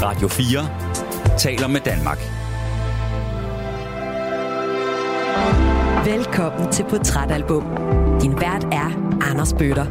Radio 4 taler med Danmark. Velkommen til Portrætalbum. Din vært er Anders Bøtter.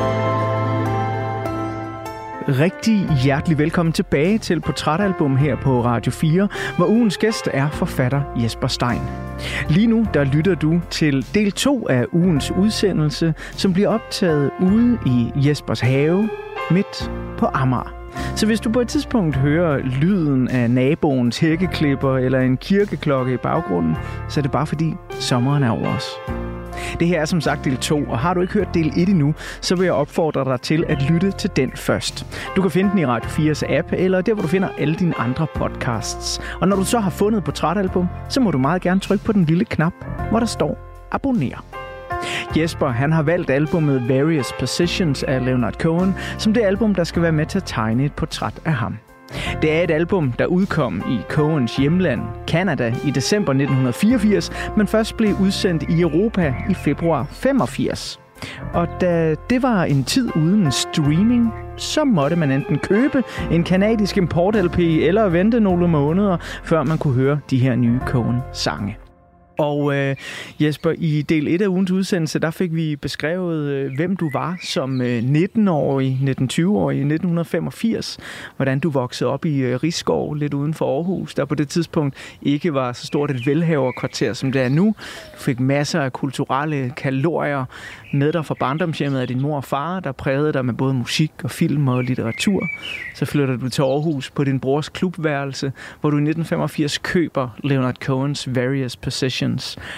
Rigtig hjertelig velkommen tilbage til Portrætalbum her på Radio 4, hvor ugens gæst er forfatter Jesper Stein. Lige nu der lytter du til del 2 af ugens udsendelse, som bliver optaget ude i Jespers have midt på Amager. Så hvis du på et tidspunkt hører lyden af naboens hækkeklipper eller en kirkeklokke i baggrunden, så er det bare fordi sommeren er over os. Det her er som sagt del 2, og har du ikke hørt del 1 endnu, så vil jeg opfordre dig til at lytte til den først. Du kan finde den i Radio 4's app, eller der hvor du finder alle dine andre podcasts. Og når du så har fundet Portrætalbum, så må du meget gerne trykke på den lille knap, hvor der står abonner. Jesper, han har valgt albumet Various Positions af Leonard Cohen som det album, der skal være med til at tegne et portræt af ham. Det er et album, der udkom i Cohens hjemland, Canada, i december 1984, men først blev udsendt i Europa i februar 85. Og da det var en tid uden streaming, så måtte man enten købe en kanadisk import-LP eller vente nogle måneder, før man kunne høre de her nye Cohen-sange. Og Jesper, i del 1 af ugens udsendelse, der fik vi beskrevet, hvem du var som 19-årig, 1920-årig i 1985. Hvordan du voksede op i Risskov, lidt uden for Aarhus, der på det tidspunkt ikke var så stort et velhaverkvarter, som det er nu. Du fik masser af kulturelle kalorier med dig fra barndomshjemmet af din mor og far, der prægede dig med både musik og film og litteratur. Så flytter du til Aarhus på din brors klubværelse, hvor du i 1985 køber Leonard Cohens Various Positions.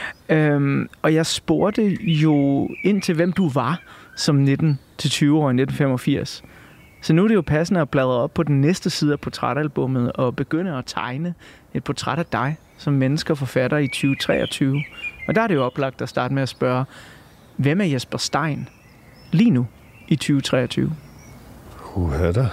Og jeg spurgte jo ind til, hvem du var som 19-20-årig i 1985. Så nu er det jo passende at bladre op på den næste side af portrætalbummet og begynde at tegne et portræt af dig som menneske og forfatter i 2023. Og der er det jo oplagt at starte med at spørge, hvem er Jesper Stein lige nu i 2023? Da.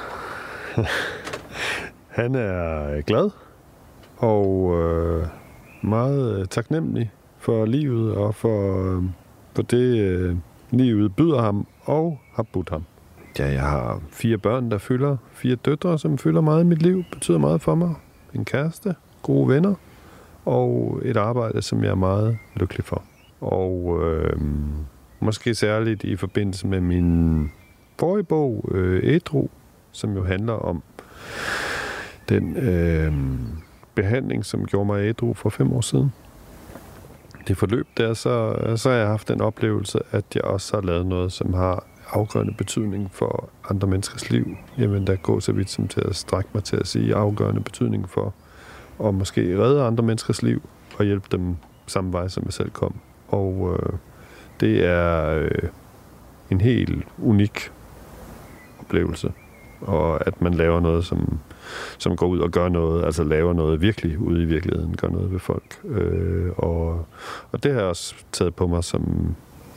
Han er glad og meget taknemmelig for livet og for det, livet byder ham og har budt ham. Ja, jeg har 4 børn, der fylder, 4 døtre, som fylder meget i mit liv, betyder meget for mig. En kæreste, gode venner og et arbejde, som jeg er meget lykkelig for. Og måske særligt i forbindelse med min forrige bog, Ædru, som jo handler om den behandling, som gjorde mig ædru for 5 år siden. Det forløb der, så har jeg haft den oplevelse, at jeg også har lavet noget, som har afgørende betydning for andre menneskers liv. Jamen, der går så vidt som til at strække mig til at sige afgørende betydning for at måske redde andre menneskers liv og hjælpe dem samme vej, som jeg selv kom. Og det er en helt unik oplevelse. Og at man laver noget, som går ud og gør noget, altså laver noget virkelig ude i virkeligheden, gør noget ved folk. Og det har jeg også taget på mig som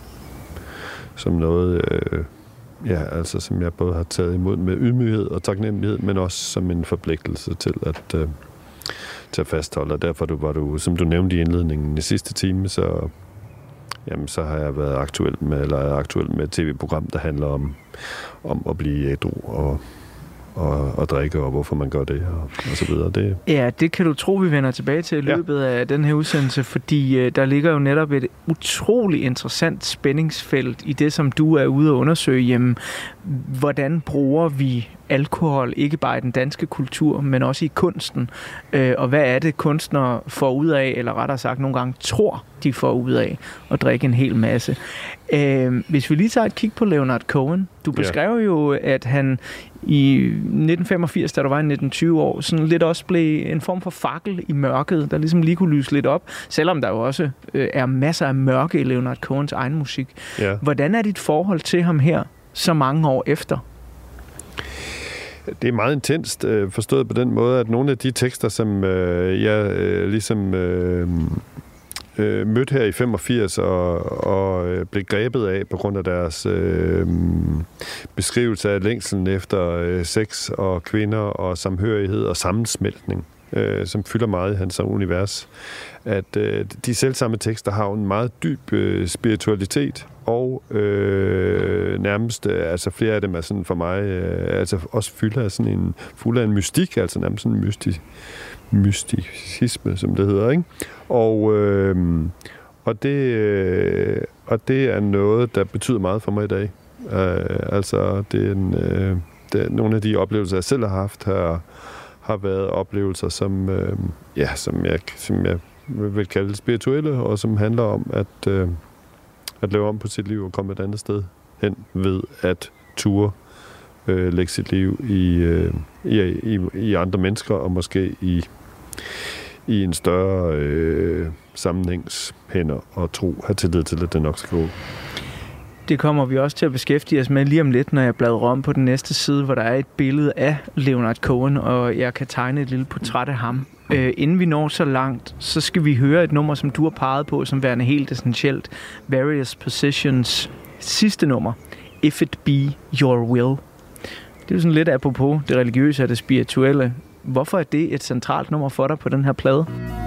noget, altså som jeg både har taget imod med ydmyghed og taknemmelighed, men også som en forpligtelse til at fastholde. Og derfor var du, som du nævnte i indledningen i sidste time, så har jeg været aktuel med et tv-program, der handler om at blive ædru og drikke, og hvorfor man gør det, og så videre. Ja, det kan du tro, vi vender tilbage til i løbet af den her udsendelse, fordi der ligger jo netop et utrolig interessant spændingsfelt i det, som du er ude at undersøge hjemme. Hvordan bruger vi alkohol, ikke bare i den danske kultur, men også i kunsten? Og hvad er det, kunstnere får ud af, eller rettere sagt nogle gange tror, de får ud af at drikke en hel masse? Hvis vi lige tager et kig på Leonard Cohen. Du beskrev jo, at han i 1985, da du var i 19-20 år, sådan lidt også blev en form for fakkel i mørket, der ligesom lige kunne lyse lidt op, selvom der jo også er masser af mørke i Leonard Cohens egen musik. Ja. Hvordan er dit forhold til ham her, så mange år efter? Det er meget intenst, forstået på den måde, at nogle af de tekster, som jeg mødte her i 85 og blev grebet af på grund af deres beskrivelse af længslen efter sex og kvinder og samhørighed og sammensmeltning. som fylder meget i hans univers, at de selvsamme tekster har en meget dyb spiritualitet, og nærmest, altså flere af dem er sådan for mig, altså også fylder af sådan en, fuld af en mystik, altså nærmest sådan en mysticisme, som det hedder, ikke? Og det er noget, der betyder meget for mig i dag. Altså, det er nogle af de oplevelser, jeg selv har haft, har været oplevelser, som jeg vil kalde spirituelle, og som handler om at lave om på sit liv og komme et andet sted hen ved at ture lægge sit liv i andre mennesker, og måske i en større sammenhængshænder og have tillid til, at det nok skal gå. Det kommer vi også til at beskæftige os med lige om lidt, når jeg bladrer om på den næste side, hvor der er et billede af Leonard Cohen, og jeg kan tegne et lille portræt af ham. Inden vi når så langt, så skal vi høre et nummer, som du har peget på, som værende helt essentielt. Various Positions sidste nummer, If It Be Your Will. Det er jo sådan lidt apropos det religiøse og det spirituelle. Hvorfor er det et centralt nummer for dig på den her plade?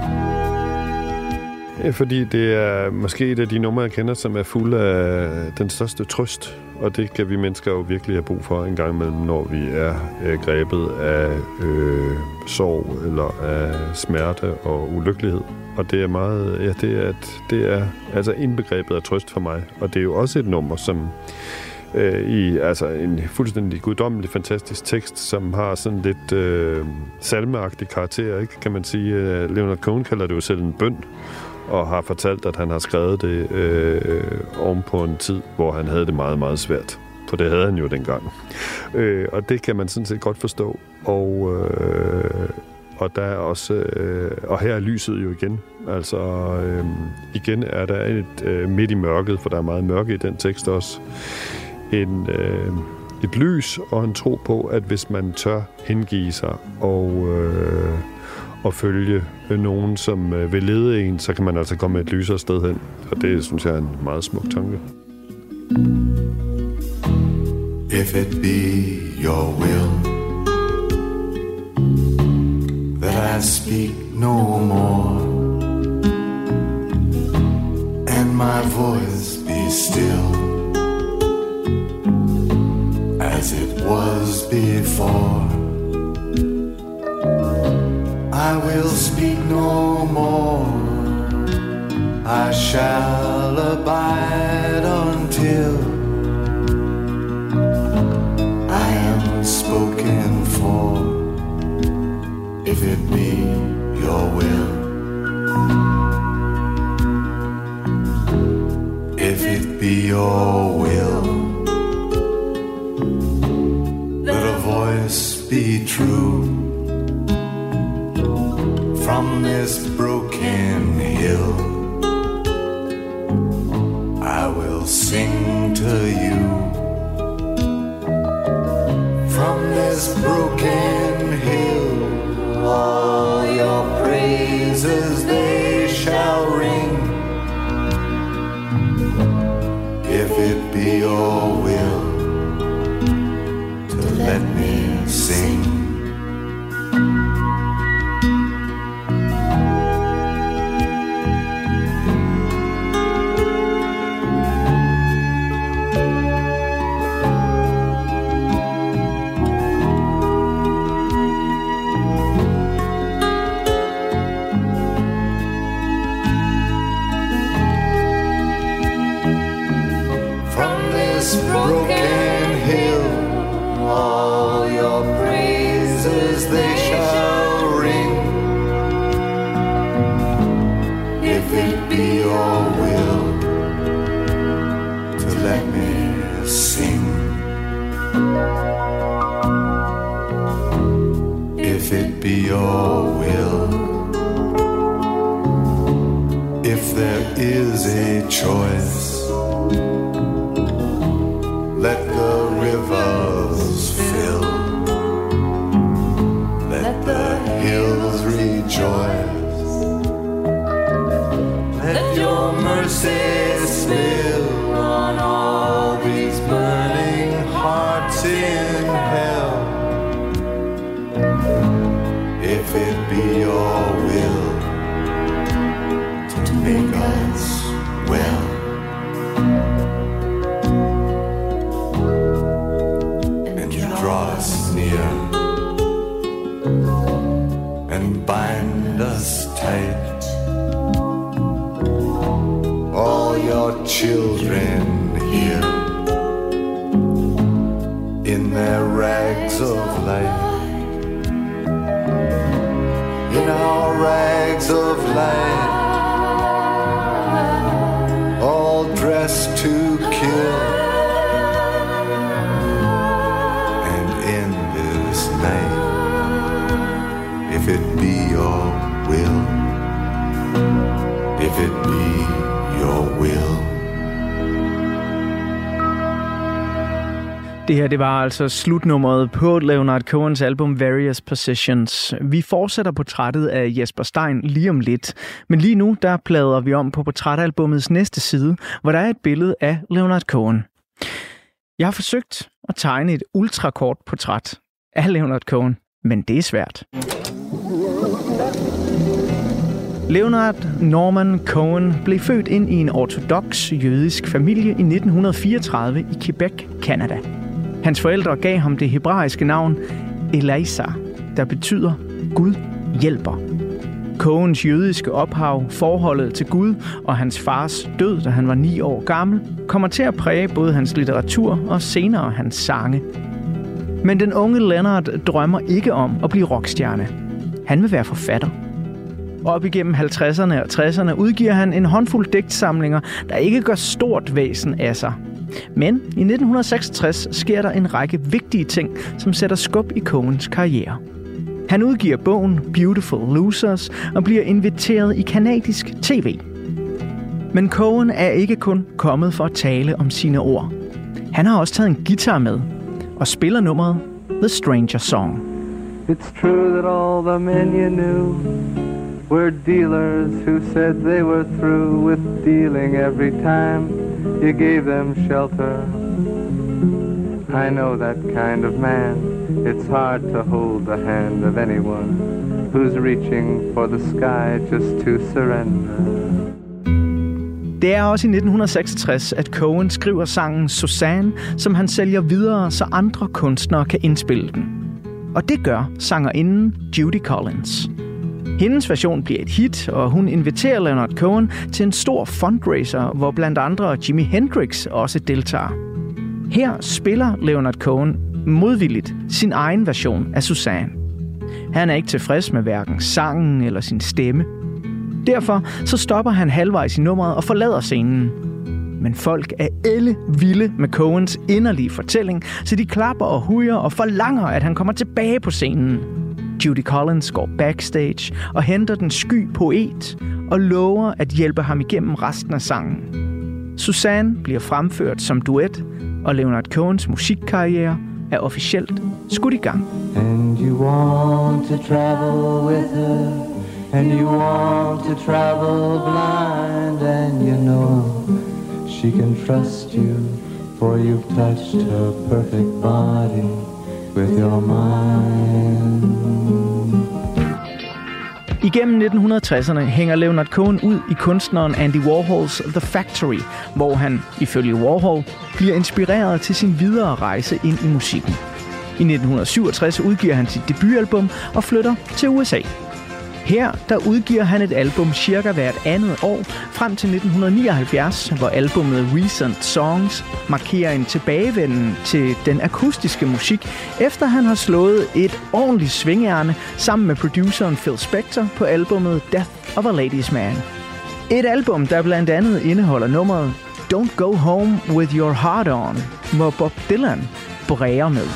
Fordi det er måske et af de numre, jeg kender, som er fuld af den største trøst. Og det kan vi mennesker jo virkelig have brug for en gang imellem, når vi er grebet af sorg eller af smerte og ulykkelighed. Og det er meget, det er altså indbegrebet af trøst for mig. Og det er jo også et nummer, som altså en fuldstændig guddommelig, fantastisk tekst, som har sådan lidt salmeagtig karakter, ikke? Kan man sige. Leonard Cohen kalder det jo selv en bøn, og har fortalt, at han har skrevet det oven på en tid, hvor han havde det meget, meget svært. For det havde han jo dengang. Og det kan man sådan set godt forstå. Og der er også, og her er lyset jo igen. Altså, igen er der et midt i mørket, for der er meget mørke i den tekst også. Et lys og en tro på, at hvis man tør hengive sig og følge nogen, som vil lede en, så kan man altså komme et lysere sted hen. Og det synes jeg er en meget smuk tanke. If it be your will that I speak no more, and my voice be still as it was before, I will speak no more. I shall abide until I am spoken for. If it be your will, if it be your will, let a voice be true from this broken hill. I will sing to you from this broken hill. All your praises they shall ring. If it be your will to let me sing. If it be near and bind us tight. All your children here in their rags of light, in our rags of light, all dressed to kill. And in this night, if it be your will, if it be your will. Det her, det var altså slutnummeret på Leonard Cohens album Various Positions. Vi fortsætter portrættet af Jesper Stein lige om lidt. Men lige nu, der pladrer vi om på portrætalbummets næste side, hvor der er et billede af Leonard Cohen. Jeg har forsøgt at tegne et ultrakort portræt af Leonard Cohen, men det er svært. Leonard Norman Cohen blev født ind i en ortodoks jødisk familie i 1934 i Quebec, Canada. Hans forældre gav ham det hebraiske navn Eliezer, der betyder Gud hjælper. Cohens jødiske ophav, forholdet til Gud og hans fars død, da han var 9 år gammel, kommer til at præge både hans litteratur og senere hans sange. Men den unge Leonard drømmer ikke om at blive rockstjerne. Han vil være forfatter. Op igennem 50'erne og 60'erne udgiver han en håndfuld digtsamlinger, der ikke gør stort væsen af sig. Men i 1966 sker der en række vigtige ting, som sætter skub i Cohens karriere. Han udgiver bogen Beautiful Losers og bliver inviteret i canadisk tv. Men Cohen er ikke kun kommet for at tale om sine ord. Han har også taget en guitar med og spiller nummeret The Stranger Song. It's true that all the men you knew were dealers who said they were through with dealing every time you gave them shelter. I know that kind of man. It's hard to hold the hand of anyone who's reaching for the sky just to surrender. Det er også i 1966, at Cohen skriver sangen Suzanne, som han sælger videre, så andre kunstnere kan indspille den. Og det gør sangerinden Judy Collins. Hendes version bliver et hit, og hun inviterer Leonard Cohen til en stor fundraiser, hvor blandt andre Jimi Hendrix også deltager. Her spiller Leonard Cohen modvilligt sin egen version af Suzanne. Han er ikke tilfreds med hverken sangen eller sin stemme. Derfor så stopper han halvvejs i nummeret og forlader scenen. Men folk er alle vilde med Cohens inderlige fortælling, så de klapper og hujer og forlanger, at han kommer tilbage på scenen. Judy Collins går backstage og henter den sky poet og lover at hjælpe ham igennem resten af sangen. Suzanne bliver fremført som duet, og Leonard Cohens musikkarriere er officielt skudt i gang. And you want to travel with her, and you want to travel blind, and you know she can trust you, for you've touched her perfect body with your mind. Igennem 1960'erne hænger Leonard Cohen ud i kunstneren Andy Warhols The Factory, hvor han, ifølge Warhol, bliver inspireret til sin videre rejse ind i musikken. I 1967 udgiver han sit debutalbum og flytter til USA. Her der udgiver han et album cirka hvert andet år, frem til 1979, hvor albummet Recent Songs markerer en tilbagevenden til den akustiske musik, efter han har slået et ordentligt svingærne sammen med produceren Phil Spector på albummet Death of a Ladies Man. Et album, der blandt andet indeholder nummeret Don't Go Home With Your Heart On, hvor Bob Dylan bræger med.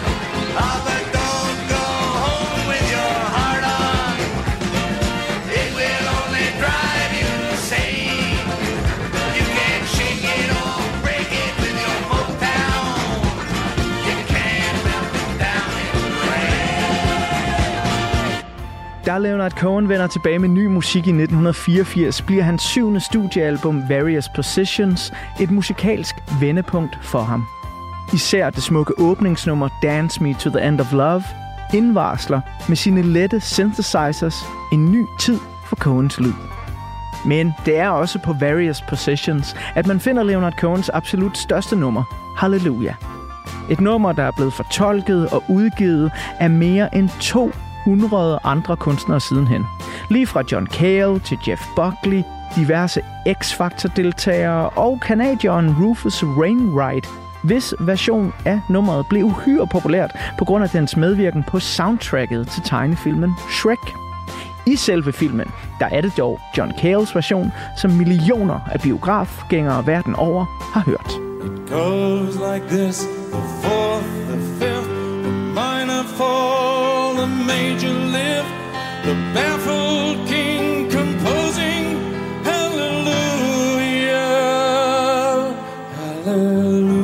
Da Leonard Cohen vender tilbage med ny musik i 1984, bliver hans 7. studiealbum Various Positions et musikalsk vendepunkt for ham. Især det smukke åbningsnummer Dance Me to the End of Love indvarsler med sine lette synthesizers en ny tid for Cohens lyd. Men det er også på Various Positions, at man finder Leonard Cohens absolut største nummer, Hallelujah. Et nummer, der er blevet fortolket og udgivet af mere end 200 andre kunstnere sidenhen. Lige fra John Cale til Jeff Buckley, diverse X-Factor-deltagere og canadieren Rufus Wainwright, hvis version af nummeret blev uhyre populært på grund af dens medvirken på soundtracket til tegnefilmen Shrek. I selve filmen, der er det dog John Cales version, som millioner af biografgængere verden over har hørt. It goes like this, the fourth, the fifth, the minor fall, the major lift, the baffled king composing, hallelujah, hallelujah.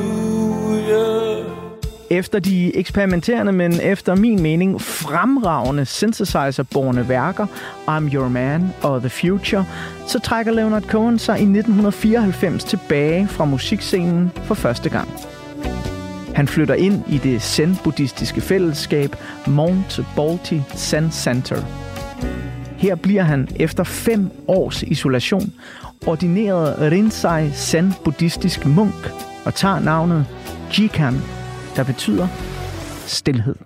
Efter de eksperimenterende, men efter min mening fremragende synthesizer-bårne værker I'm Your Man og The Future, så trækker Leonard Cohen sig i 1994 tilbage fra musikscenen for første gang. Han flytter ind i det zen-buddhistiske fællesskab Mount Balti Zen Center. Her bliver han efter 5 års isolation ordineret Rinzai Zen-buddhistisk munk og tager navnet Jikan, der betyder stilhed.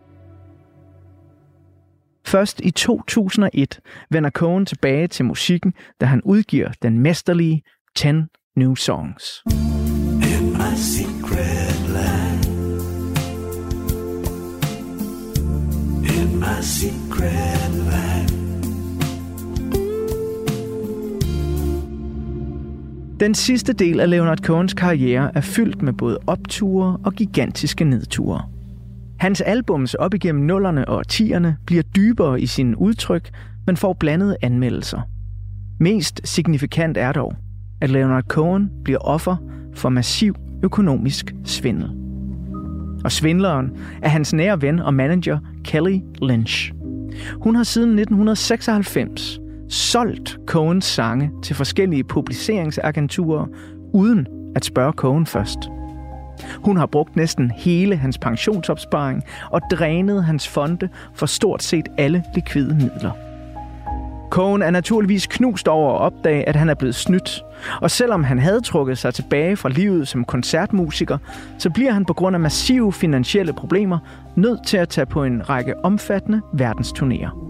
Først i 2001 vender Cohen tilbage til musikken, da han udgiver den mesterlige 10 New Songs. In my secret land, in my secret land. Den sidste del af Leonard Cohens karriere er fyldt med både opture og gigantiske nedture. Hans albums op igennem 0'erne og 10'erne bliver dybere i sine udtryk, men får blandede anmeldelser. Mest signifikant er dog, at Leonard Cohen bliver offer for massiv økonomisk svindel. Og svindleren er hans nære ven og manager Kelly Lynch. Hun har siden 1996 solgt Cohens sange til forskellige publiceringsagenturer, uden at spørge Cohen først. Hun har brugt næsten hele hans pensionsopsparing og drænet hans fonde for stort set alle likvide midler. Cohen er naturligvis knust over at opdage, at han er blevet snydt. Og selvom han havde trukket sig tilbage fra livet som koncertmusiker, så bliver han på grund af massive finansielle problemer nødt til at tage på en række omfattende verdensturnéer.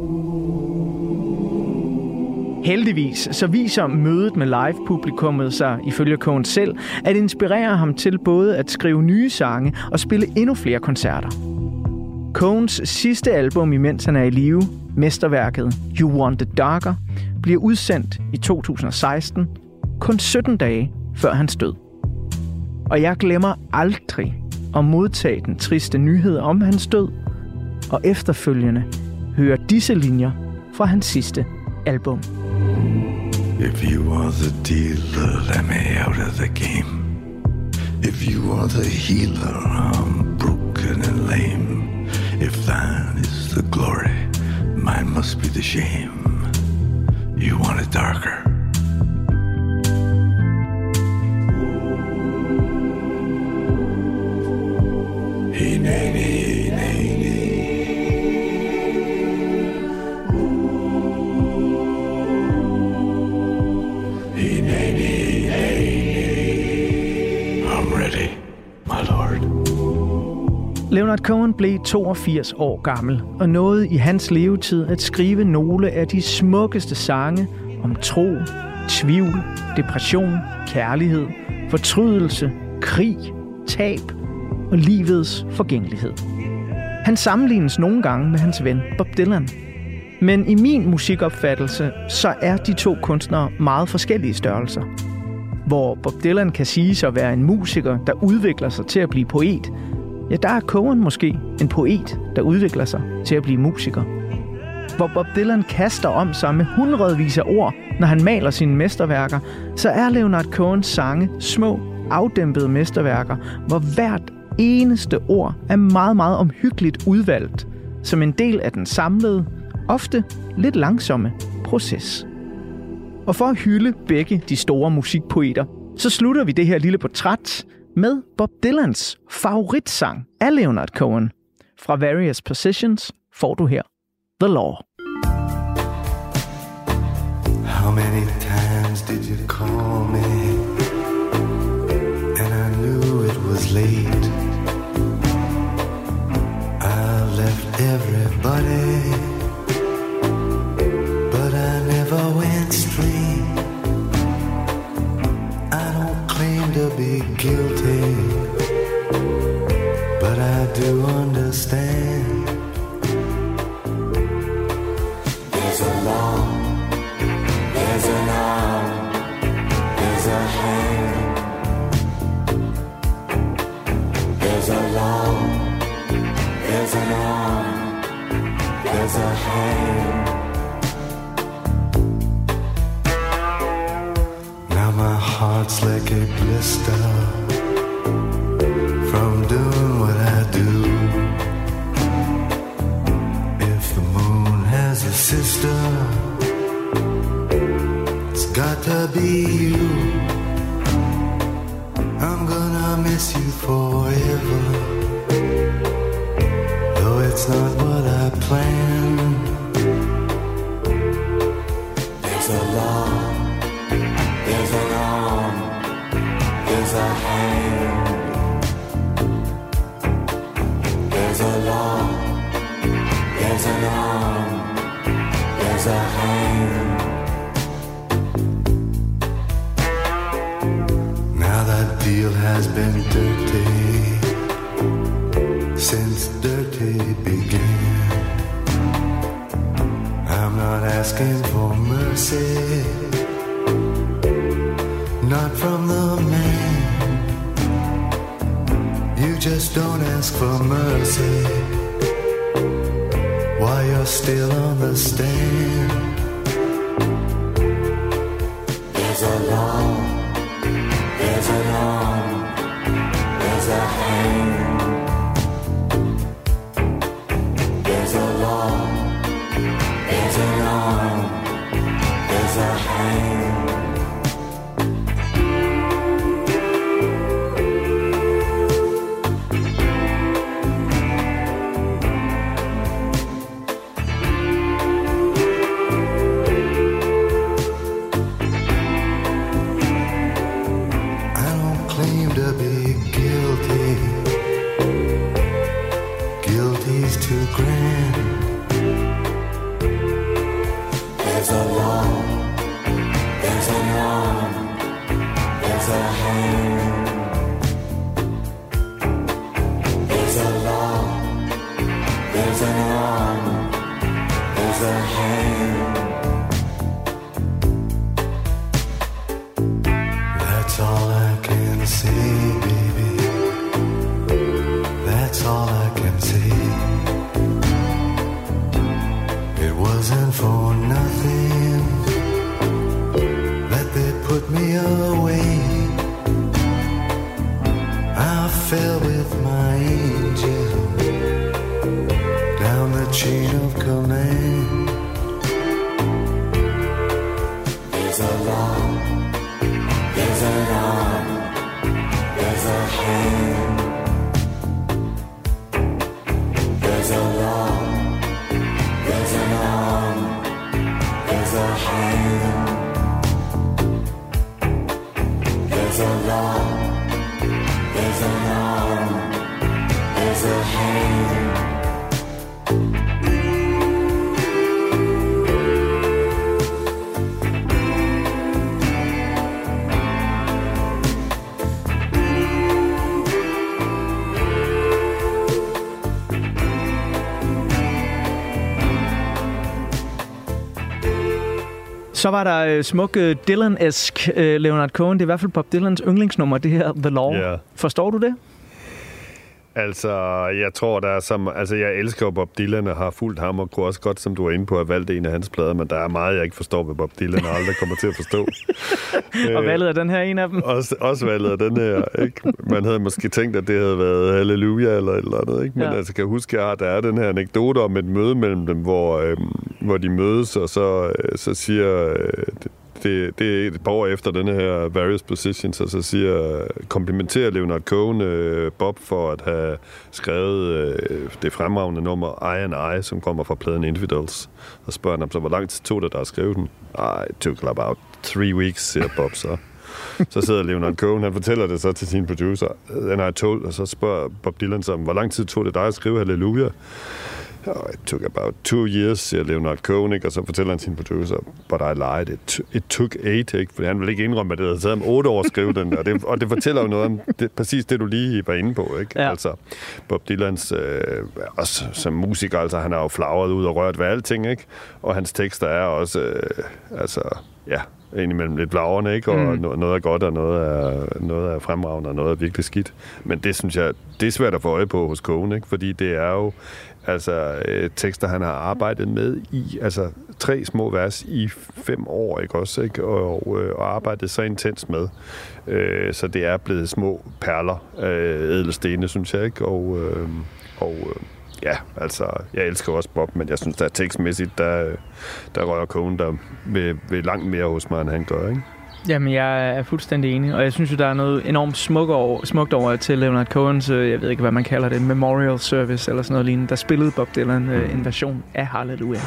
Heldigvis så viser mødet med live-publikummet sig, ifølge Cohen selv, at inspirere ham til både at skrive nye sange og spille endnu flere koncerter. Cohens sidste album, imens han er i live, mesterværket You Want It Darker, bliver udsendt i 2016, kun 17 dage før hans død. Og jeg glemmer aldrig at modtage den triste nyhed om hans død, og efterfølgende høre disse linjer fra hans sidste album. If you are the dealer, let me out of the game. If you are the healer, I'm broken and lame. If that is the glory, mine must be the shame. You want it darker. Hey, nay, nay, nay, nay. Hey, nay, nay, nay. I'm ready, my lord. Leonard Cohen blev 82 år gammel og nåede i hans levetid at skrive nogle af de smukkeste sange om tro, tvivl, depression, kærlighed, fortrydelse, krig, tab og livets forgængelighed. Han sammenlignes nogle gange med hans ven Bob Dylan. Men i min musikopfattelse, så er de to kunstnere meget forskellige størrelser. Hvor Bob Dylan kan siges at være en musiker, der udvikler sig til at blive poet, ja, der er Cohen måske en poet, der udvikler sig til at blive musiker. Hvor Bob Dylan kaster om sig med hundredvis af ord, når han maler sine mesterværker, så er Leonard Cohens sange små, afdæmpede mesterværker, hvor hvert eneste ord er meget, meget omhyggeligt udvalgt, som en del af den samlede, ofte lidt langsomme proces. Og for at hylde begge de store musikpoeter, så slutter vi det her lille portræt med Bob Dylans favoritsang af Leonard Cohen. Fra Various Positions får du her The Law. How many times did you call me? And I knew it was late. an arm, there's a hand. Now my heart's like a blister from doing what I do. If the moon has a sister, it's got to be you. I'm gonna miss you forever, though it's not what I planned. There's a law, there's an arm, there's a hand. There's a law, there's an arm, there's a hand. Now that deal has been dirty since dirty began. I'm not asking for mercy, not from the man. You just don't ask for mercy while you're still on the stand. There's a law, there's an arm, there's a hand. There's a law, there's an arm, there's a hand. Så var der smuk Dylan-esk Leonard Cohen. Det er i hvert fald Bob Dylans yndlingsnummer, det her The Law. Yeah. Forstår du det? Altså, jeg tror, der er som... Altså, jeg elsker Bob Dylan og har fulgt ham, og kunne også godt, som du er inde på, at valgte en af hans plader, men der er meget, jeg ikke forstår ved Bob Dylan, og aldrig kommer til at forstå. Og valget af den her en af dem? Også valget af den her, ikke? Man havde måske tænkt, at det havde været Halleluja eller et eller andet, ikke? Men altså, kan jeg huske, at der er den her anekdote om et møde mellem dem, hvor de mødes, og så siger... Det er et par år efter denne her Various Positions, og så komplimenterer Leonard Cohen Bob for at have skrevet det fremragende nummer I and I, som kommer fra pladen Infidels. Og spørger ham så, hvor lang tid tog det, der at skrive den? It took about 3 weeks, siger Bob så. Så sidder Leonard Cohen, han fortæller det så til sin producer, and I told, og så spørger Bob Dylan så, hvor lang tid tog det dig at skrive Halleluja? It took about 2 years, siger Leonard Cohen, ikke? Og så fortæller han sin producer, but I lied, it took 8, ikke? Fordi han vil ikke indrømme, at det havde taget om 8 år at skrive den, og det fortæller jo noget om præcis det, du lige var inde på, ikke? Ja. Altså, Bob Dylans, også som musiker, altså, han har jo flagret ud og rørt ved alting, ikke? Og hans tekster er også, indimellem lidt blaverne, ikke? Og noget er godt, og noget er fremragende, og noget er virkelig skidt. Men det synes jeg, det er svært at få øje på hos Cohen, ikke? Fordi det er jo tekster, han har arbejdet med i 3 små vers i 5 år, ikke også, ikke? Og arbejdet så intens med. Så det er blevet små perler af ædelstene, synes jeg, ikke? Jeg elsker også Bob, men jeg synes, der er tekstmæssigt, der rører Cohen der ved langt mere hos mig, end han gør, ikke? Jamen, jeg er fuldstændig enig, og jeg synes jo, der er noget enormt smukt over til Leonard Cohens, jeg ved ikke, hvad man kalder det, memorial service eller sådan noget lignende. Der spillede Bob Dylan en version af Hallelujah.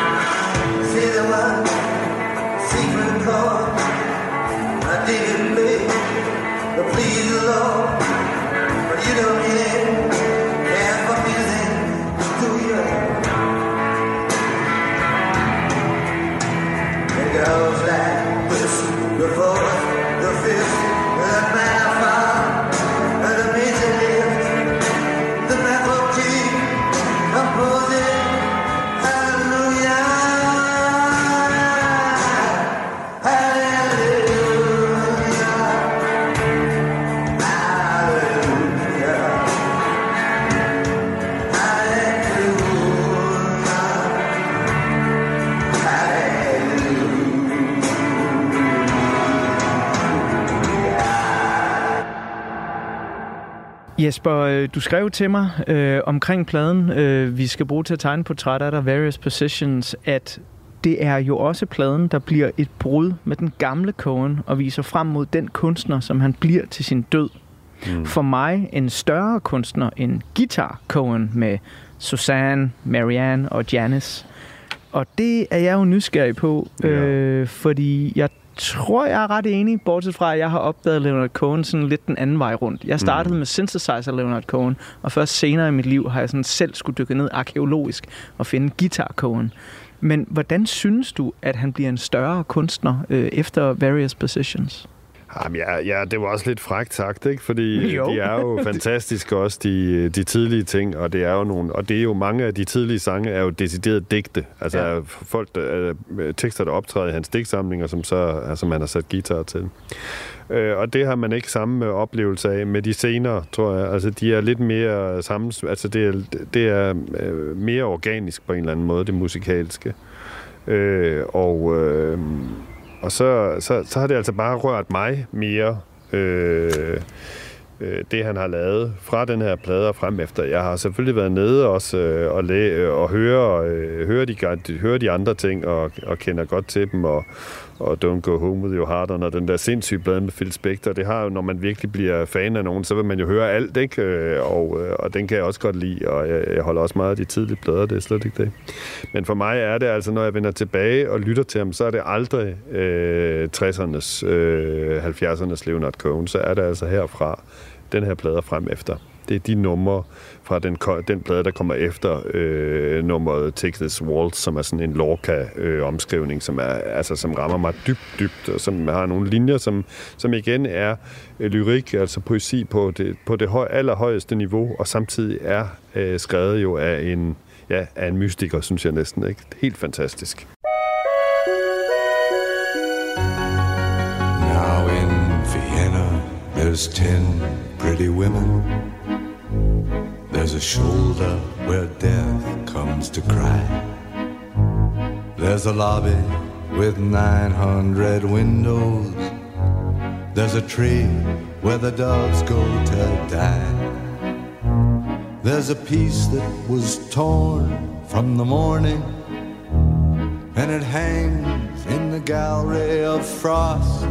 Jesper, du skrev til mig omkring pladen, vi skal bruge til at tegne portræt af dig, Various Positions, at det er jo også pladen, der bliver et brud med den gamle Cohen og viser frem mod den kunstner, som han bliver til sin død. For mig en større kunstner end Guitar Cohen med Suzanne, Marianne og Janis. Og det er jeg jo nysgerrig på, fordi jeg tror, jeg er ret enig, bortset fra, at jeg har opdaget Leonard Cohen sådan lidt den anden vej rundt. Jeg startede med synthesizer Leonard Cohen, og først senere i mit liv har jeg sådan selv skulle dykke ned arkæologisk og finde Guitar Cohen. Men hvordan synes du, at han bliver en større kunstner efter Various Positions? Jamen, det var også lidt frækt sagt, ikke? Fordi de er jo fantastiske også, de tidlige ting, og det er jo og det er jo mange af de tidlige sange er jo deciderede digte. Altså folk, tekster, der optræder i hans digtsamlinger, som han har sat guitar til. Og det har man ikke samme oplevelse af med de senere, tror jeg. Altså, de er lidt mere sammen. Altså, det er mere organisk på en eller anden måde, det musikalske. Og så har det altså bare rørt mig mere, det han har lavet fra den her plade og frem efter. Jeg har selvfølgelig været nede også og høre de andre ting og kender godt til dem og Don't Go Home With Your Heart og den der sindssyge plade med Phil Spector. Det har jo, når man virkelig bliver fan af nogen, så vil man jo høre alt, ikke? Og den kan jeg også godt lide, og jeg holder også meget af de tidlige plader, det er slet ikke det. Men for mig er det altså, når jeg vender tilbage og lytter til ham, så er det aldrig 60'ernes, 70'ernes Leonard Cohen, så er det altså herfra den her plade frem efter. Det er de numre fra den plade, der kommer efter nummeret Take This Waltz, som er sådan en Lorca-omskrivning, som rammer mig dybt, og som har nogle linjer, som igen er lyrik, altså poesi på det allerhøjeste niveau, og samtidig er skrevet jo af en mystiker, synes jeg næsten, ikke? Helt fantastisk. Now in Vienna, there's 10 pretty women. There's a shoulder where death comes to cry. There's a lobby with 900 windows. There's a tree where the doves go to die. There's a piece that was torn from the morning, and it hangs in the gallery of frost.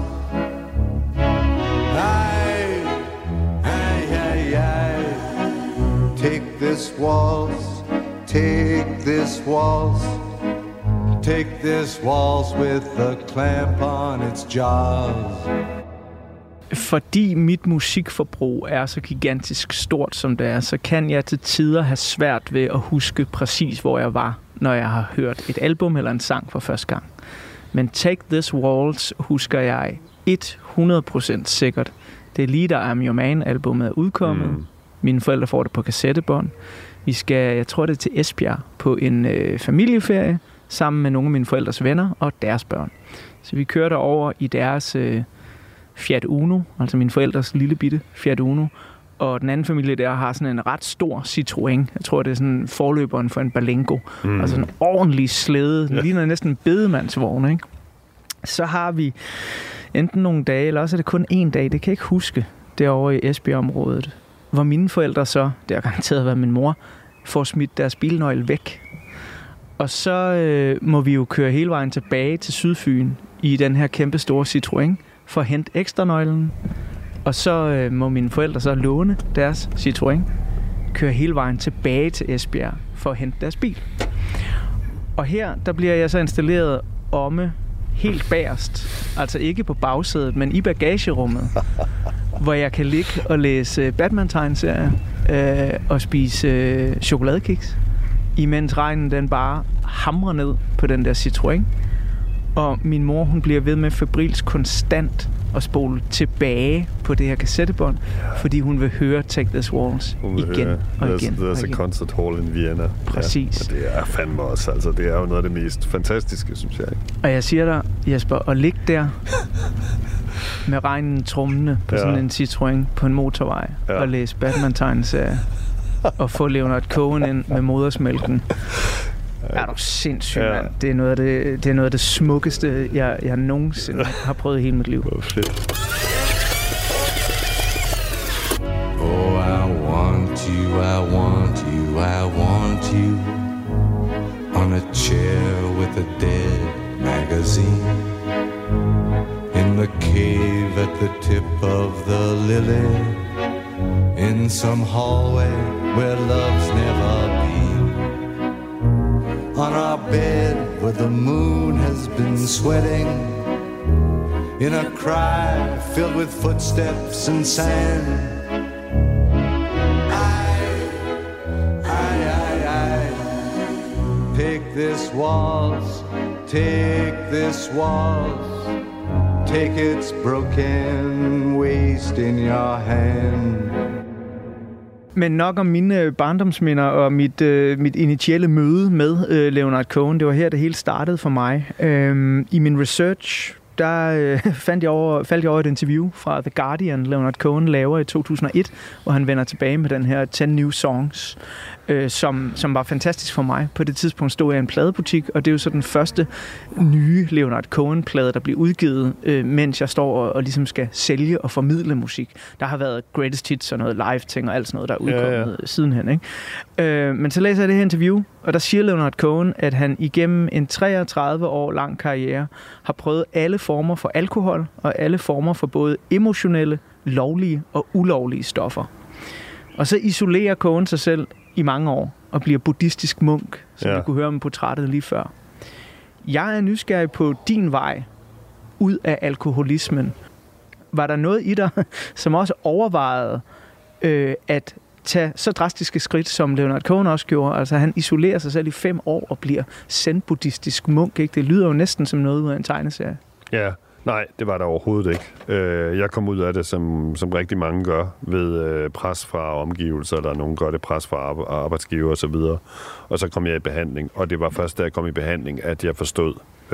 Take this waltz, take this waltz, take this waltz with the clamp on its jaws. Fordi mit musikforbrug er så gigantisk stort, som det er, så kan jeg til tider have svært ved at huske præcis, hvor jeg var, når jeg har hørt et album eller en sang for første gang. Men Take This Waltz husker jeg 100% sikkert. Det er lige da I'm Your Man-albummet er udkommet. Mine forældre får det på kassettebånd. Vi skal, jeg tror det er til Esbjerg, på en familieferie, sammen med nogle af mine forældres venner og deres børn. Så vi kørte over i deres Fiat Uno, altså min forældres lille bitte Fiat Uno. Og den anden familie der har sådan en ret stor Citroën. Jeg tror, det er sådan forløberen for en Berlingo. Altså en ordentlig slæde. Den ligner næsten en bedemandsvogn, ikke? Så har vi enten nogle dage, eller også er det kun en dag, det kan jeg ikke huske, derovre i Esbjerg-området, hvor mine forældre så, det har garanteret været min mor, får smidt deres bilnøgle væk. Og så må vi jo køre hele vejen tilbage til Sydfyn i den her kæmpe store Citroën for at hente ekstra nøglen. Og så må mine forældre så låne deres Citroën, køre hele vejen tilbage til Esbjerg for at hente deres bil. Og her, der bliver jeg så installeret omme helt bagerst, altså ikke på bagsædet, men i bagagerummet, hvor jeg kan ligge og læse Batman-tegneserier og spise chokoladekiks, imens regnen den bare hamrer ned på den der Citroën. Og min mor, hun bliver ved med febrilsk konstant at spole tilbage på det her kassettebånd, fordi hun vil høre Take This Waltz igen og igen. There's a concert hall in Vienna. Præcis. Ja, det er fandme også, altså det er jo noget af det mest fantastiske, synes jeg. Og jeg siger dig, Jesper, at ligge der med regnen trummende på sådan en Citroën på en motorvej og læse Batman-tegneserier og få Leonard Cohen ind med modersmælken. Er du sindssyg, mand? Det er noget af det smukkeste, jeg nogensinde har prøvet i hele mit liv. Fedt. Oh, I want you, I want you, I want you on a chair with a dead magazine in the cave at the tip of the lily in some hallway where love's never been. On our bed where the moon has been sweating in a cry filled with footsteps and sand. I take this waltz, take this waltz, take its broken waist in your hand. Men nok om mine barndomsminder og mit initielle møde med Leonard Cohen. Det var her, det hele startede for mig. I min research, der faldt jeg over et interview fra The Guardian, Leonard Cohen laver i 2001, hvor han vender tilbage med den her 10 New Songs, som var fantastisk for mig. På det tidspunkt stod jeg i en pladebutik, og det er jo så den første nye Leonard Cohen-plade, der bliver udgivet, mens jeg står og ligesom skal sælge og formidle musik. Der har været greatest hits og noget live-ting og alt sådan noget, der er udkommet sidenhen, ikke? Men så læser jeg det her interview, og der siger Leonard Cohen, at han igennem en 33 år lang karriere har prøvet alle former for alkohol og alle former for både emotionelle, lovlige og ulovlige stoffer. Og så isolerer Cohen sig selv i mange år og bliver buddhistisk munk, som vi kunne høre om portrættet lige før. Jeg er nysgerrig på din vej ud af alkoholismen. Var der noget i dig, som også overvejede at tage så drastiske skridt, som Leonard Cohen også gjorde? Altså han isolerer sig selv i 5 år og bliver zen-buddhistisk munk, ikke? Det lyder jo næsten som noget ud af en tegneserie. Ja. Nej, det var der overhovedet ikke. Jeg kom ud af det, som rigtig mange gør, ved pres fra omgivelser, eller nogen gør det pres fra arbejdsgiver osv. Og så kom jeg i behandling, og det var først, da jeg kom i behandling, at jeg forstod,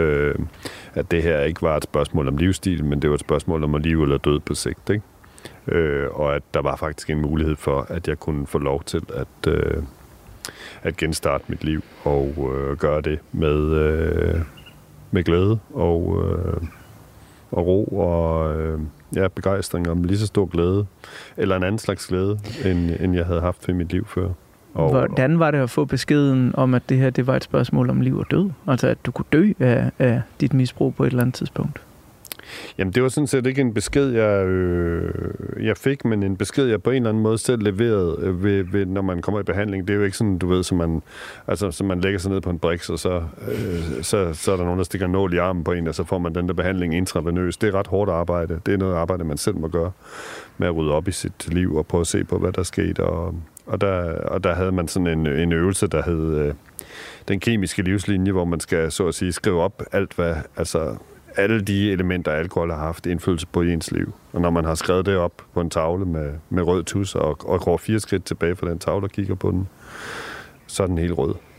at det her ikke var et spørgsmål om livsstil, men det var et spørgsmål om at liv eller død på sigt, ikke? Og at der var faktisk en mulighed for, at jeg kunne få lov til at genstarte mit liv og gøre det med glæde og ro og begejstring om lige så stor glæde, eller en anden slags glæde, end jeg havde haft i mit liv før. Hvordan var det at få beskeden om, at det her det var et spørgsmål om liv og død? Altså, at du kunne dø af dit misbrug på et eller andet tidspunkt? Jamen, det var sådan set ikke en besked, jeg fik, men en besked, jeg på en eller anden måde selv leverede, ved, når man kommer i behandling. Det er jo ikke sådan, du ved, som man lægger sig ned på en briks, og så er der nogen, der stikker en nål i armen på en, og så får man den der behandling intravenøst. Det er ret hårdt arbejde. Det er noget arbejde, man selv må gøre med at rydde op i sit liv og prøve at se på, hvad der skete. Og der havde man sådan en øvelse, der hed den kemiske livslinje, hvor man skal, så at sige, skrive op alt, hvad, altså alle de elementer, alkohol har haft indflydelse på i ens liv. Og når man har skrevet det op på en tavle med rød tus og går 4 skridt tilbage fra den tavle og kigger på den, så er den helt rød.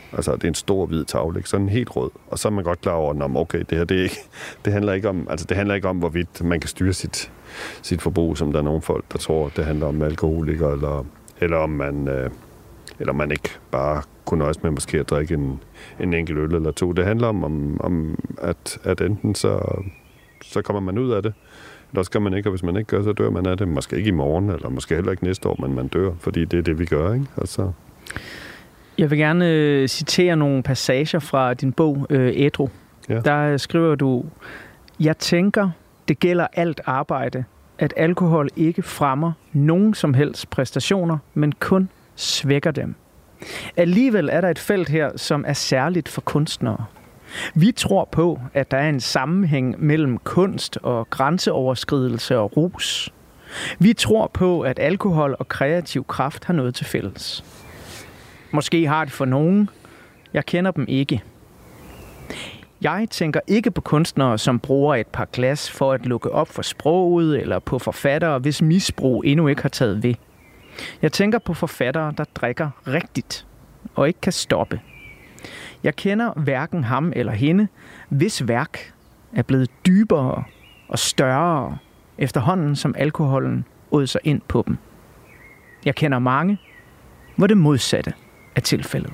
Altså, det er en stor hvid tavle, ikke? Sådan helt rød. Og så er man godt klar over, at okay, det her, det handler ikke om, hvorvidt man kan styre sit forbrug, som der er nogle folk, der tror, det handler om alkoholikere, eller om man ikke bare kunne nøjes med måske at drikke en enkelt øl eller to. Det handler om at enten så kommer man ud af det, eller også gør man ikke, og hvis man ikke gør, så dør man af det. Måske ikke i morgen, eller måske heller ikke næste år, men man dør, fordi det er det, vi gør, ikke? Altså. Jeg vil gerne citere nogle passager fra din bog, Ædru. Ja. Der skriver du, jeg tænker, det gælder alt arbejde, at alkohol ikke fremmer nogen som helst præstationer, men kun svækker dem. Alligevel er der et felt her, som er særligt for kunstnere. Vi tror på, at der er en sammenhæng mellem kunst og grænseoverskridelse og rus. Vi tror på, at alkohol og kreativ kraft har noget til fælles. Måske har det for nogen. Jeg kender dem ikke. Jeg tænker ikke på kunstnere, som bruger et par glas for at lukke op for sproget, eller på forfattere, hvis misbrug endnu ikke har taget ved. Jeg tænker på forfattere, der drikker rigtigt og ikke kan stoppe. Jeg kender hverken ham eller hende, hvis værk er blevet dybere og større efterhånden, som alkoholen åd sig ind på dem. Jeg kender mange, hvor det modsatte er tilfældet.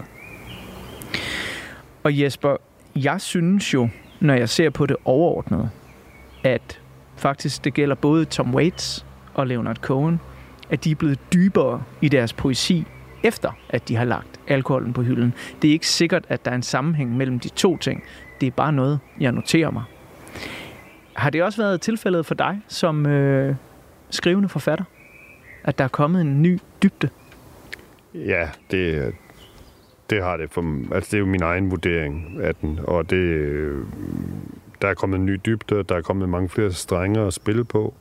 Og Jesper, jeg synes jo, når jeg ser på det overordnede, at faktisk det gælder både Tom Waits og Leonard Cohen, at de er blevet dybere i deres poesi, efter at de har lagt alkoholen på hylden. Det er ikke sikkert, at der er en sammenhæng mellem de to ting. Det er bare noget, jeg noterer mig. Har det også været tilfældet for dig som skrivende forfatter, at der er kommet en ny dybde? Ja, det har det. Altså, det er jo min egen vurdering af den, og der er kommet en ny dybde, der er kommet mange flere strenge at spille på.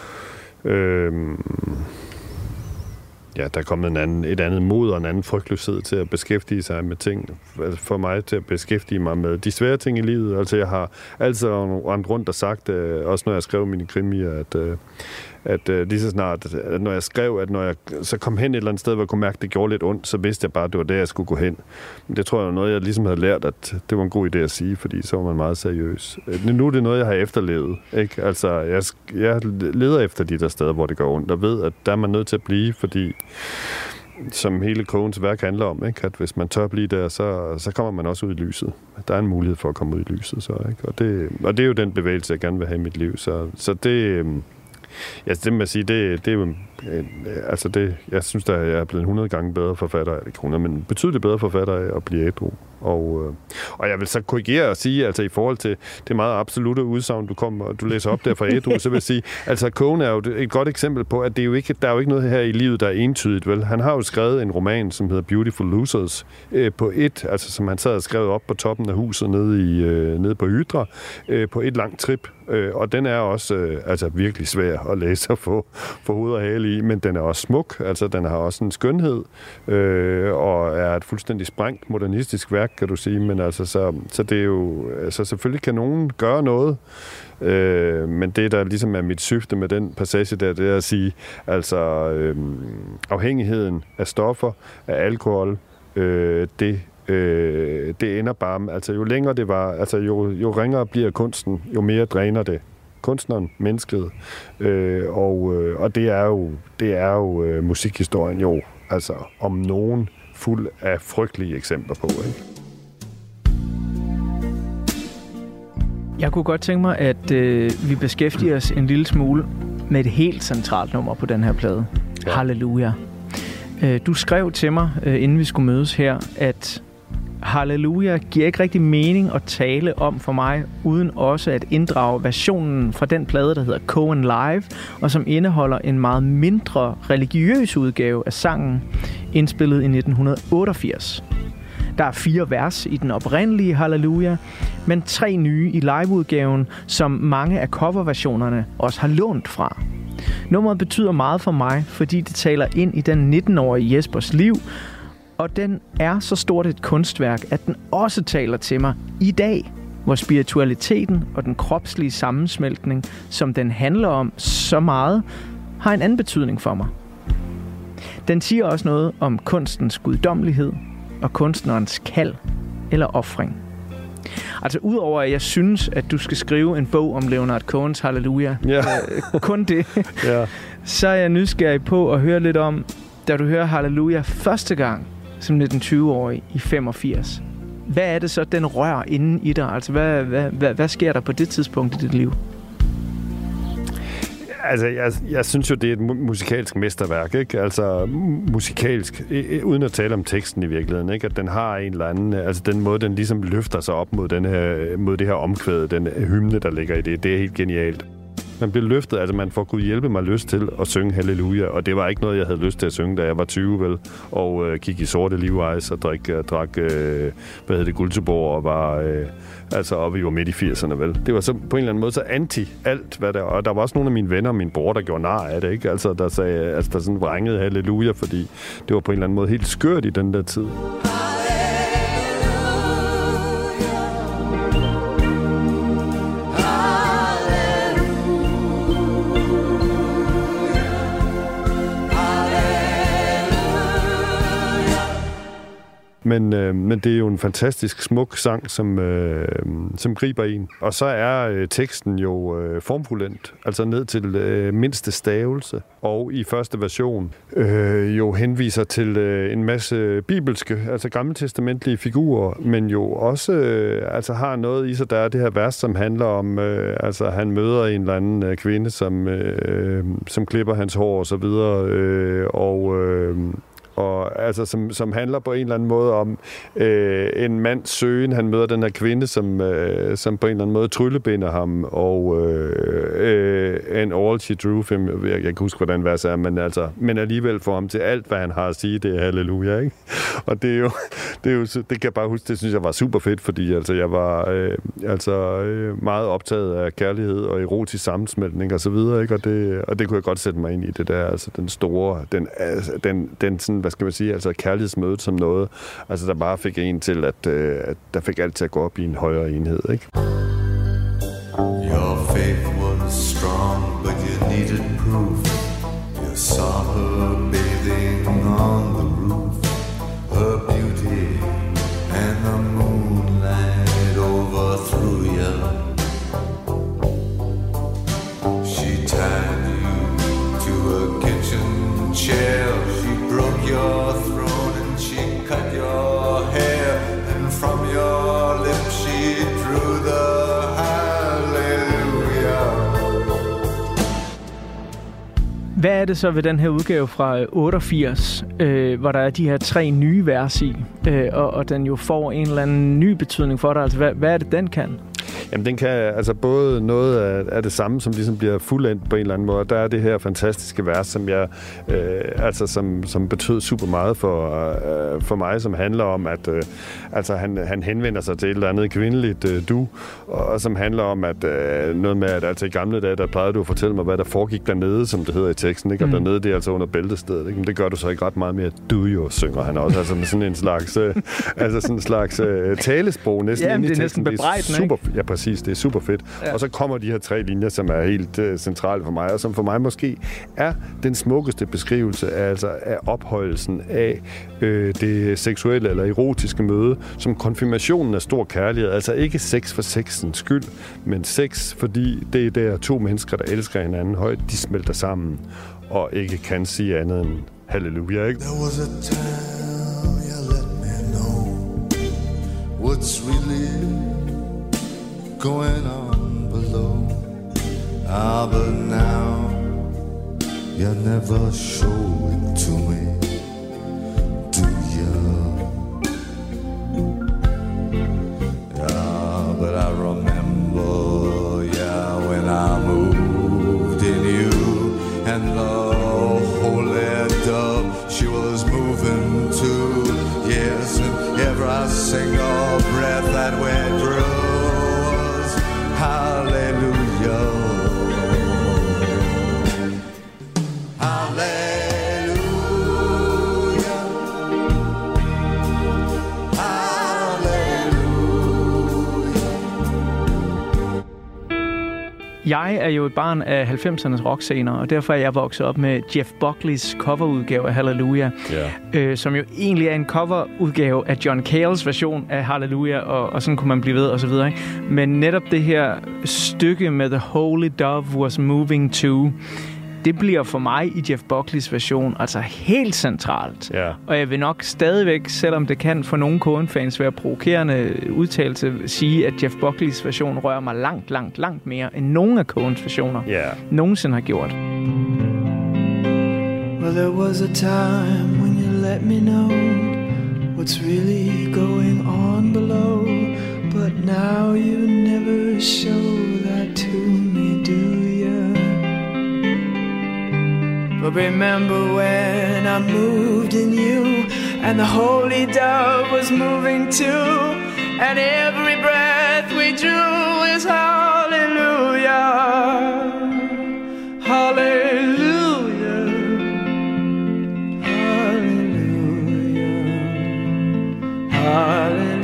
Ja, der er kommet et andet mod og en anden frygtløshed til at beskæftige sig med ting. Altså for mig til at beskæftige mig med de svære ting i livet. Altså jeg har altid rendt rundt og sagt, også når jeg skrev mine krimier, at lige så snart, at når jeg skrev, at når jeg så kom hen et eller andet sted, hvor jeg kunne mærke, at det gjorde lidt ondt, så vidste jeg bare, at det var der, jeg skulle gå hen. Men det tror jeg var noget, jeg ligesom havde lært, at det var en god idé at sige, fordi så var man meget seriøs. Nu er det noget, jeg har efterlevet. Ikke? Altså, jeg leder efter de der steder, hvor det gør ondt, og ved, at der er man nødt til at blive, fordi som hele Cohens værk handler om, ikke? At hvis man tør blive der, så kommer man også ud i lyset. Der er en mulighed for at komme ud i lyset, så, ikke? Og det er jo den bevægelse, jeg gerne vil have i mit liv. Så det... Ja, det må jeg sige, det er jo... Altså det, jeg synes, at jeg er blevet 100 gange bedre forfatter, eller ikke 100, men betydeligt bedre forfatter af at blive ædru. Og jeg vil så korrigere og sige, altså i forhold til det meget absolutte udsagn, du læser op der fra ædru, så vil jeg sige, altså Cohen er jo et godt eksempel på, at det er jo ikke, der er jo ikke noget her i livet, der er entydigt, vel? Han har jo skrevet en roman, som hedder Beautiful Losers, altså som han sad og skrev op på toppen af huset nede på Hydra, på et langt trip. Og den er også altså virkelig svær at læse og få hoved og hale i, men den er også smuk, altså den har også en skønhed, og er et fuldstændig sprængt modernistisk værk, kan du sige, men altså så det er jo, altså selvfølgelig kan nogen gøre noget, men det der ligesom er mit syfte med den passage der, det er at sige, altså afhængigheden af stoffer, af alkohol, det ender bare, altså jo længere det var, altså jo ringere bliver kunsten, jo mere dræner det kunstneren, mennesket, og det er jo musikhistorien jo, altså om nogen fuld af frygtelige eksempler på, ikke? Jeg kunne godt tænke mig, at vi beskæftiger os en lille smule med et helt centralt nummer på den her plade. Ja. Halleluja. Du skrev til mig, inden vi skulle mødes her, at Halleluja giver ikke rigtig mening at tale om for mig, uden også at inddrage versionen fra den plade, der hedder Cohen Live, og som indeholder en meget mindre religiøs udgave af sangen, indspillet i 1988. Der er 4 vers i den oprindelige Halleluja, men 3 nye i liveudgaven, som mange af coverversionerne også har lånt fra. Nummeret betyder meget for mig, fordi det taler ind i den 19-årige Jespers liv, og den er så stort et kunstværk, at den også taler til mig i dag, hvor spiritualiteten og den kropslige sammensmeltning, som den handler om så meget, har en anden betydning for mig. Den siger også noget om kunstens guddommelighed, og kunstnerens kald eller ofring. Altså udover at jeg synes, at du skal skrive en bog om Leonard Cohens Halleluja, kun det, så er jeg nysgerrig på at høre lidt om, da du hører Halleluja første gang som 19-20-årig i 85. Hvad er det så, den rører inde i dig? Altså hvad sker der på det tidspunkt i dit liv? Altså, jeg synes jo, det er et musikalsk mesterværk, ikke? Altså, musikalsk, uden at tale om teksten i virkeligheden, ikke? At den har en eller anden, altså den måde, den ligesom løfter sig op mod det her omkvæd, den hymne, der ligger i det er helt genialt. Man bliver løftet, altså man får Gud hjælpe mig lyst til at synge Halleluja, og det var ikke noget, jeg havde lyst til at synge, da jeg var 20, vel, og gik i sorte Levi's og drak Guldtuborg og var og vi var midt i 80'erne, vel. Det var så på en eller anden måde så anti alt, hvad der, og der var også nogle af mine venner og min bror, der gjorde nar af det, ikke? Altså, der sagde, altså der sådan vrængede Halleluja, fordi det var på en eller anden måde helt skørt i den der tid. Men det er jo en fantastisk smuk sang, som griber en. Og så er teksten jo formfuldendt, altså ned til mindste stavelse. Og i første version jo henviser til en masse bibelske, altså gammeltestamentlige figurer, men jo også altså har noget i sig. Der er det her vers, som handler om, altså han møder en eller anden kvinde, som klipper hans hår og så videre, og altså som handler på en eller anden måde om en mands søgen. Han møder den her kvinde, som på en eller anden måde tryllebinder ham, og and all she drew him, jeg kan ikke huske, hvordan vers er, men alligevel får ham til alt, hvad han har at sige, det er halleluja, ikke? Og det er jo, det kan jeg bare huske, det synes jeg var super fedt, fordi altså jeg var meget optaget af kærlighed og erotisk sammensmeltning og så videre, ikke? Og det kunne jeg godt sætte mig ind i, det der, altså den store, den sådan, hvad skal man sige, altså kærlighedsmødet som noget, altså der bare fik en til, at der fik alt til at gå op i en højere enhed, ikke? Your faith was strong, but you needed proof. You saw her bathing on the roof, her beauty and the moonlight overthrew you. She tied you to a kitchen chair. Broke your throne and she cut your hair, and from your lips she drew the hallelujah. Hvad er det så ved den her udgave fra 88, hvor der er de her 3 nye vers i, og den jo får en eller anden ny betydning for dig? Altså, hvad er det, den kan? Jamen, den kan altså både noget af det samme, som ligesom bliver fuldendt på en eller anden måde. Der er det her fantastiske vers, som jeg som betød super meget for mig, som handler om, at han henvender sig til et eller andet kvindeligt du, og som handler om, at noget med, at altså i gamle dage, der plejede du at fortælle mig, hvad der foregik dernede, som det hedder i teksten, ikke? Og dernede, det er altså under bæltestedet, ikke? Men det gør du så ikke ret meget mere. Du jo, synger han også, altså med sådan en slags talesprog næsten. Jamen, det er næsten bebrejdende, super, ikke? Ja, præcis, det er super fedt. Ja. Og så kommer de her 3 linjer, som er helt centrale for mig, og som for mig måske er den smukkeste beskrivelse af ophøjelsen af det seksuelle eller erotiske møde, som konfirmationen af stor kærlighed. Altså ikke sex for sexens skyld, men sex, fordi det er der 2 mennesker, der elsker hinanden højt, de smelter sammen og ikke kan sige andet end halleluja, ikke? There was a time you let me know what's really going on below. But now you never show it to me, do you? Yeah, but I remember, when I moved in you, and the holy dove, she was moving too. Yes, and every single breath that went through, hallelujah, hallelujah, hallelujah. Jeg er jo et barn af 90'ernes rockscener, og derfor er jeg vokset op med Jeff Buckley's coverudgave af Hallelujah, som jo egentlig er en coverudgave af John Cales version af Hallelujah, og sådan kunne man blive ved, og så videre. Ikke? Men netop det her stykke med The Holy Dove Was Moving To, det bliver for mig i Jeff Buckley's version altså helt centralt. Yeah. Og jeg vil nok stadigvæk, selvom det kan for nogle Cohen-fans være provokerende udtalelse, sige, at Jeff Buckley's version rører mig langt mere end nogen af Cohens versioner nogensinde har gjort. Well, there was a time when you let me know what's really going on below, but now you never show that to me, do you? But remember when I moved in you, and the holy dove was moving too, and every breath we drew is hallelujah, hallelujah, hallelujah, hallelujah.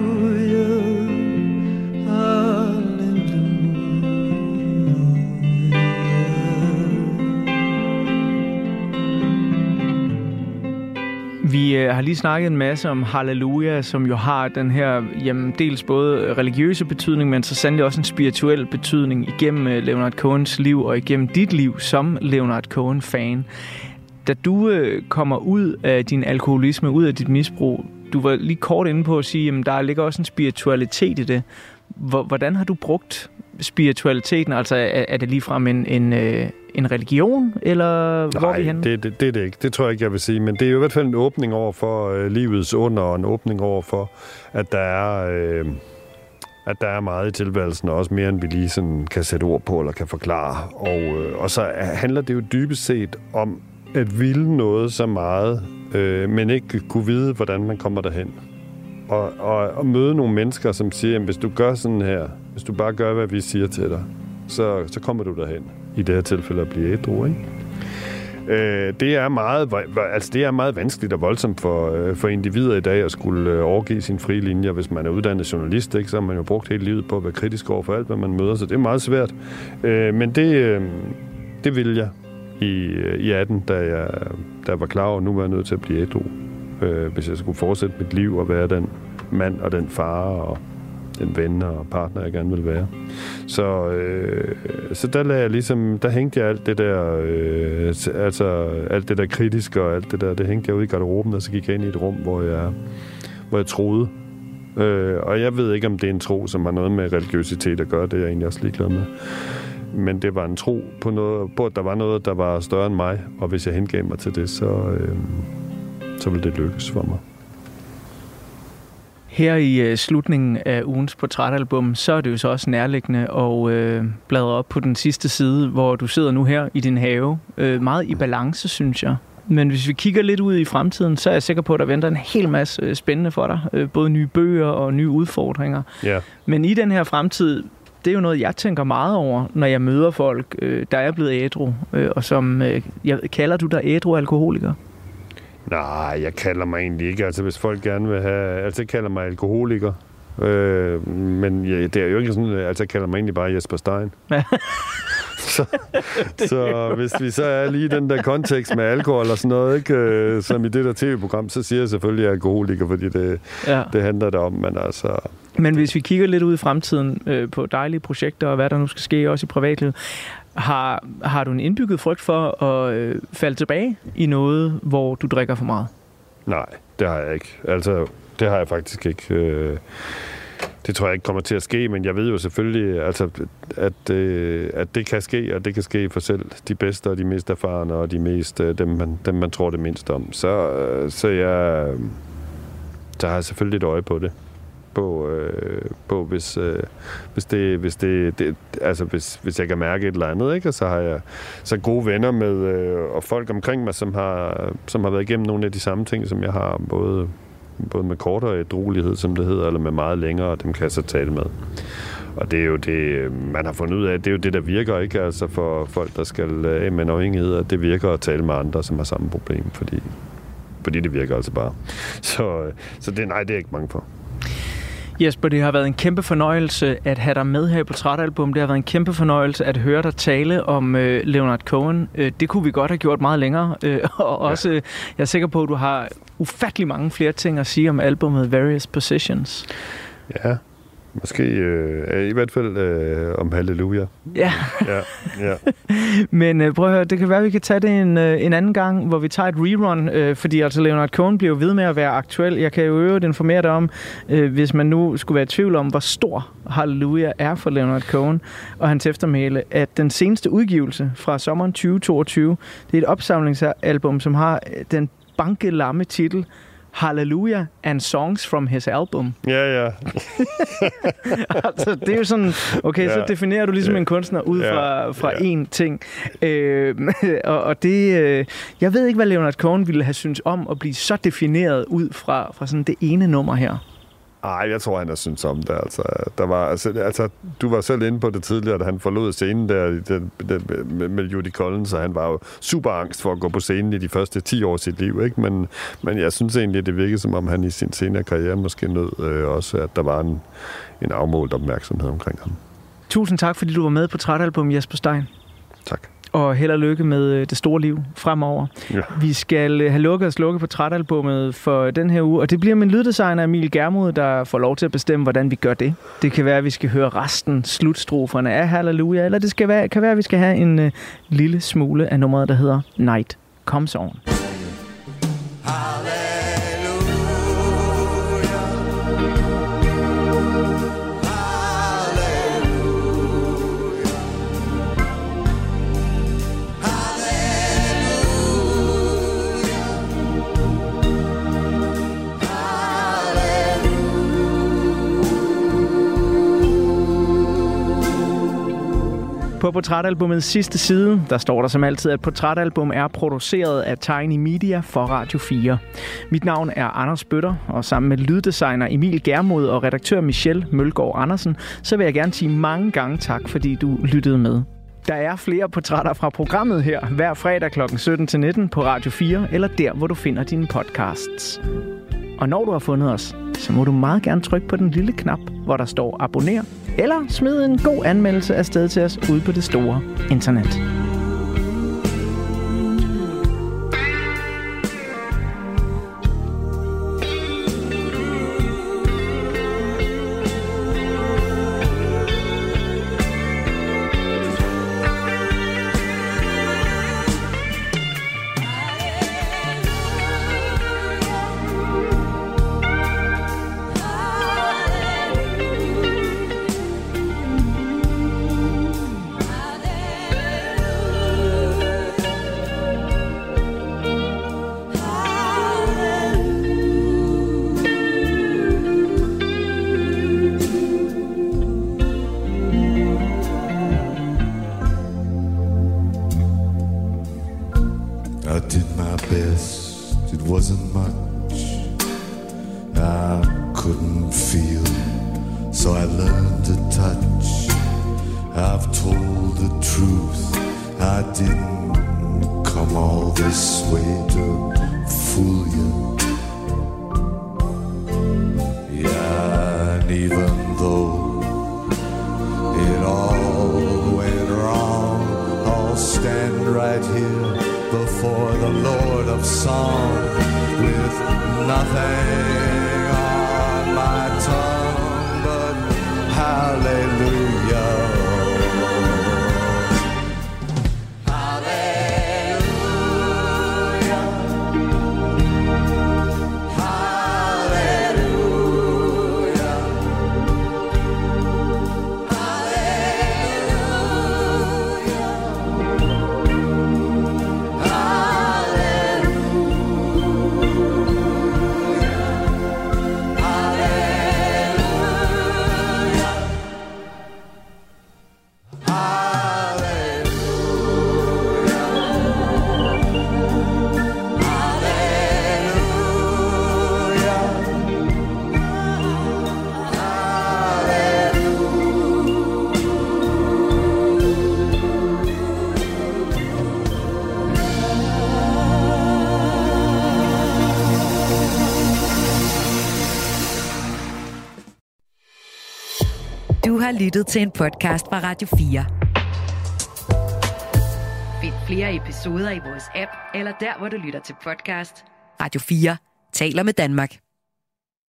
Vi har lige snakket en masse om Hallelujah, som jo har den her, dels både religiøse betydning, men så sandelig også en spirituel betydning igennem Leonard Cohens liv og igennem dit liv som Leonard Cohen-fan. Da du kommer ud af din alkoholisme, ud af dit misbrug, du var lige kort inde på at sige, at der ligger også en spiritualitet i det. Hvordan har du brugt spiritualiteten? Altså er det ligefrem en religion, eller hvor er vi henne? Nej, det er det ikke. Det tror jeg ikke, jeg vil sige. Men det er jo i hvert fald en åbning over for livets under, og en åbning over for, at der er meget i tilværelsen, og også mere, end vi lige sådan kan sætte ord på, eller kan forklare. Og så handler det jo dybest set om at ville noget så meget, men ikke kunne vide, hvordan man kommer derhen. Og møde nogle mennesker, som siger, at hvis du gør sådan her, hvis du bare gør, hvad vi siger til dig, så kommer du derhen. I det her tilfælde at blive ædru, ikke? Det er meget vanskeligt og voldsomt for individer i dag at skulle overgive sin frie linje. Hvis man er uddannet journalist, ikke, så har man jo brugt hele livet på at være kritisk over for alt, hvad man møder, så det er meget svært. Men det ville jeg i 18, da jeg var klar over, nu var jeg nødt til at blive ædru. Hvis jeg skulle fortsætte mit liv og være den mand og den far og den ven og partner, jeg gerne ville være. Så der hængte jeg alt det der, alt det der kritiske og alt det der, det hængte jeg ud i garderoben, og så gik jeg ind i et rum, hvor jeg troede. Og jeg ved ikke, om det er en tro, som har noget med religiøsitet at gøre, det er jeg egentlig også ligeglad med. Men det var en tro på, at der var noget, der var større end mig, og hvis jeg hengav mig til det, så ville det lykkes for mig. Her i slutningen af ugens portrætalbum, så er det jo så også nærliggende at bladre op på den sidste side, hvor du sidder nu her i din have. Meget i balance, synes jeg. Men hvis vi kigger lidt ud i fremtiden, så er jeg sikker på, at der venter en hel masse spændende for dig. Både nye bøger og nye udfordringer. Yeah. Men i den her fremtid, det er jo noget, jeg tænker meget over, når jeg møder folk, der er blevet ædru. Og som, kalder du dig ædru-alkoholiker? Nej, jeg kalder mig egentlig ikke. Altså, hvis folk gerne vil have... Altså, jeg kalder mig alkoholiker. Men det er jo ikke sådan... Altså, jeg kalder mig egentlig bare Jesper Stein. så hvis vi så er lige i den der kontekst med alkohol og sådan noget, ikke? Som i det der tv-program, så siger jeg selvfølgelig alkoholiker, fordi det handler der om, men altså... Men hvis vi kigger lidt ud i fremtiden på dejlige projekter og hvad der nu skal ske, også i privatlivet, har du en indbygget frygt for at falde tilbage i noget, hvor du drikker for meget? Nej, det har jeg ikke. Altså, det har jeg faktisk ikke. Det tror jeg ikke kommer til at ske, men jeg ved jo selvfølgelig, altså, at det kan ske, og det kan ske for selv de bedste og de mest erfarne og de mest dem man tror det mindst om. Så har jeg selvfølgelig et øje på det. Hvis jeg kan mærke et eller andet, ikke? Og så har jeg så gode venner med og folk omkring mig, som har været igennem nogle af de samme ting, som jeg har, både med kortere ædruelighed, som det hedder, eller med meget længere, og dem kan jeg så tale med. Og det er jo det, man har fundet ud af, det er jo det, der virker, ikke? Altså for folk, der skal af med en afhængighed, at det virker at tale med andre, som har samme problem, fordi det virker altså bare. Så det, nej, det er ikke mange for. Jesper, det har været en kæmpe fornøjelse at have dig med her i Portrætalbum. Det har været en kæmpe fornøjelse at høre dig tale om Leonard Cohen. Det kunne vi godt have gjort meget længere. Og også, jeg er sikker på, at du har ufattelig mange flere ting at sige om albumet Various Positions. Ja, måske i hvert fald om Halleluja. Ja. Ja. Men prøv at høre, det kan være, at vi kan tage det en anden gang, hvor vi tager et rerun, fordi altså Leonard Cohen bliver ved med at være aktuel. Jeg kan jo øvrigt informere dig om, hvis man nu skulle være i tvivl om, hvor stor Halleluja er for Leonard Cohen og hans eftermæle, at den seneste udgivelse fra sommeren 2022, det er et opsamlingsalbum, som har den bankelamme titel Hallelujah and Songs from His Album. Ja. Altså, det er jo sådan, okay, så definerer du ligesom en kunstner ud fra én ting. Og det, jeg ved ikke, hvad Leonard Cohen ville have syntes om at blive så defineret ud fra sådan det ene nummer her. Ej, jeg tror, han har syntes om det. Altså, du var selv inde på det tidligere, da han forlod scenen der med Judy Collins, og han var jo super angst for at gå på scenen i de første 10 år af sit liv, ikke? Men jeg synes egentlig, at det virkede, som om han i sin senere karriere måske nød også, at der var en afmålt opmærksomhed omkring ham. Tusind tak, fordi du var med på Portrætalbum, Jesper Stein. Tak. Og held og lykke med det store liv fremover. Ja. Vi skal have lukket og slukket Portrætalbummet for den her uge, og det bliver min lyddesigner Emil Germod, der får lov til at bestemme, hvordan vi gør det. Det kan være, at vi skal høre resten, slutstroferne af Halleluja, eller det kan være, at vi skal have en lille smule af nummeret, der hedder Night Comes On. På Portrætalbummets sidste side, der står der som altid, at Portrætalbum er produceret af Tiny Media for Radio 4. Mit navn er Anders Bøtter, og sammen med lyddesigner Emil Germod og redaktør Michelle Mølgaard Andersen, så vil jeg gerne sige mange gange tak, fordi du lyttede med. Der er flere portrætter fra programmet her, hver fredag kl. 17-19 på Radio 4, eller der, hvor du finder dine podcasts. Og når du har fundet os, så må du meget gerne trykke på den lille knap, hvor der står abonner, eller smid en god anmeldelse afsted til os ude på det store internet. Du har lyttet til en podcast fra Radio 4. Find flere episoder i vores app, eller der, hvor du lytter til podcast. Radio 4 taler med Danmark.